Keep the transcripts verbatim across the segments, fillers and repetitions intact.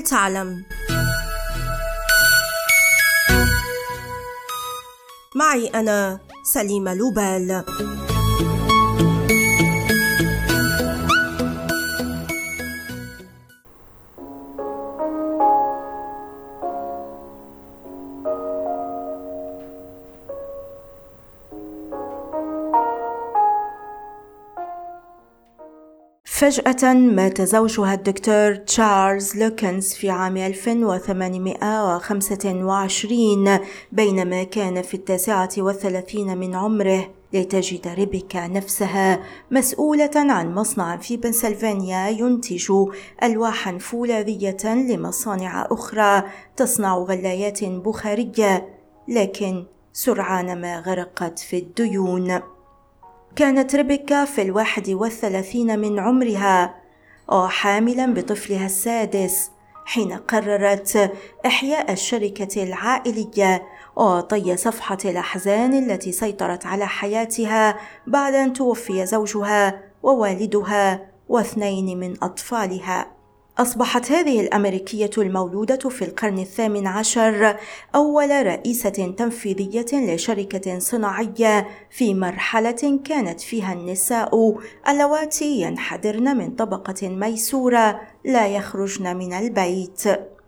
لتعلم. معي أنا سليمة لوبال. فجأة مات زوجها الدكتور تشارلز لوكنز في عام ألف وثمانمائة وخمسة وعشرين بينما كان في التاسعة والثلاثين من عمره، لتجد ريبيكا نفسها مسؤولة عن مصنع في بنسلفانيا ينتج ألواحا فولاذية لمصانع أخرى تصنع غلايات بخارية، لكن سرعان ما غرقت في الديون. كانت ريبيكا في الواحد والثلاثين من عمرها وحاملا بطفلها السادس حين قررت إحياء الشركة العائلية وطي صفحة الأحزان التي سيطرت على حياتها بعد أن توفي زوجها ووالدها واثنين من أطفالها. أصبحت هذه الأمريكية المولودة في القرن الثامن عشر أول رئيسة تنفيذية لشركة صناعية في مرحلة كانت فيها النساء اللواتي ينحدرن من طبقة ميسورة لا يخرجن من البيت.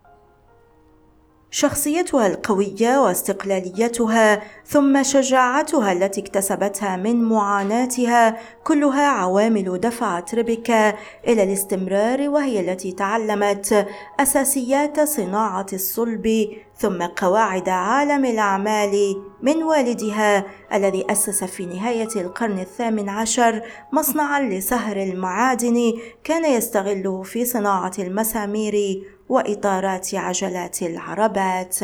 شخصيتها القوية واستقلاليتها ثم شجاعتها التي اكتسبتها من معاناتها كلها عوامل دفعت ريبيكا إلى الاستمرار، وهي التي تعلمت أساسيات صناعة الصلب ثم قواعد عالم الأعمال من والدها الذي أسس في نهاية القرن الثامن عشر مصنعا لصهر المعادن كان يستغله في صناعة المسامير وإطارات عجلات العربات.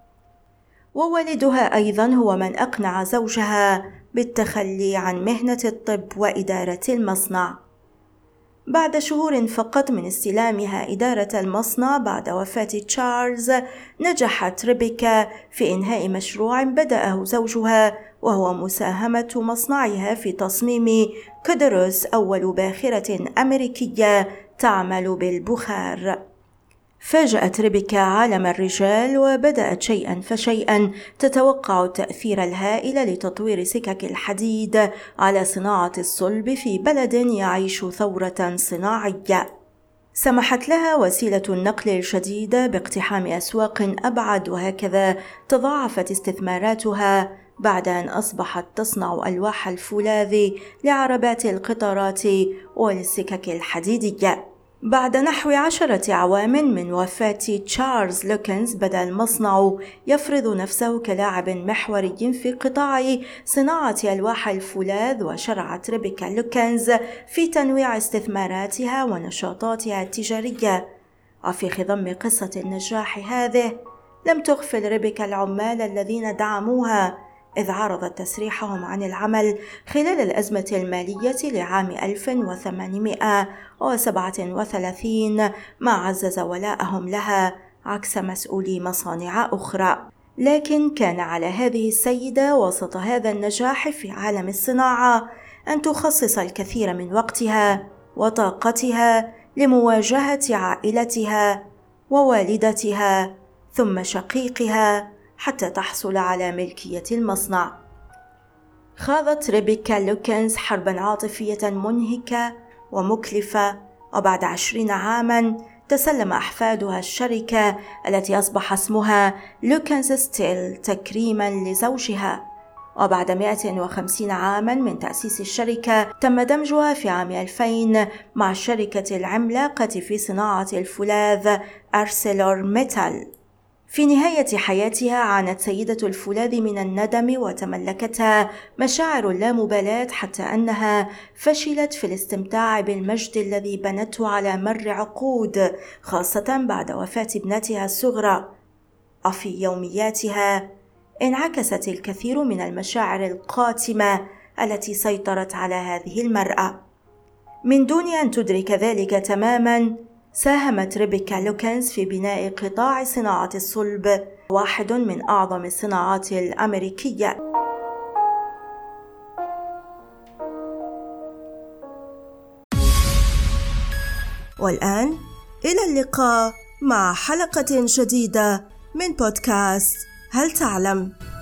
ووالدها أيضا هو من أقنع زوجها بالتخلي عن مهنة الطب وإدارة المصنع. بعد شهور فقط من استلامها إدارة المصنع بعد وفاة تشارلز، نجحت ريبيكا في إنهاء مشروع بدأه زوجها، وهو مساهمة مصنعها في تصميم كودروس، أول باخرة أمريكية تعمل بالبخار. فاجأت ريبيكا عالم الرجال وبدأت شيئا فشيئا تتوقع التأثير الهائل لتطوير سكك الحديد على صناعة الصلب في بلد يعيش ثورة صناعية. سمحت لها وسيلة النقل الجديدة باقتحام أسواق أبعد، وهكذا تضاعفت استثماراتها بعد أن أصبحت تصنع ألواح الفولاذ لعربات القطارات وللسكك الحديدية. بعد نحو عشرة أعوام من وفاة تشارلز لوكنز بدأ المصنع يفرض نفسه كلاعب محوري في قطاع صناعة ألواح الفولاذ، وشرعت ريبيكا لوكنز في تنويع استثماراتها ونشاطاتها التجارية. وفي خضم قصة النجاح هذه لم تغفل ريبيكا العمال الذين دعموها، إذ عرضت تسريحهم عن العمل خلال الأزمة المالية لعام ألف وثمانمائة وسبعة وثلاثين، ما عزز ولاءهم لها عكس مسؤولي مصانع أخرى. لكن كان على هذه السيدة وسط هذا النجاح في عالم الصناعة أن تخصص الكثير من وقتها وطاقتها لمواجهة عائلتها ووالدتها ثم شقيقها حتى تحصل على ملكية المصنع. خاضت ريبيكا لوكنز حربا عاطفية منهكة ومكلفة، وبعد عشرين عاما تسلم أحفادها الشركة التي أصبح اسمها لوكنز ستيل تكريما لزوجها. وبعد مئة وخمسين عاما من تأسيس الشركة تم دمجها في عام ألفين مع الشركة العملاقة في صناعة الفولاذ أرسلور ميتال. في نهاية حياتها عانت سيدة الفولاذ من الندم وتملكتها مشاعر اللامبالاة، حتى أنها فشلت في الاستمتاع بالمجد الذي بنته على مر عقود، خاصة بعد وفاة ابنتها الصغرى. وفي يومياتها انعكست الكثير من المشاعر القاتمة التي سيطرت على هذه المرأة. من دون أن تدرك ذلك تماما، ساهمت ريبيكا لوكنز في بناء قطاع صناعة الصلب، واحد من أعظم الصناعات الأمريكية. والآن إلى اللقاء مع حلقة جديدة من بودكاست هل تعلم؟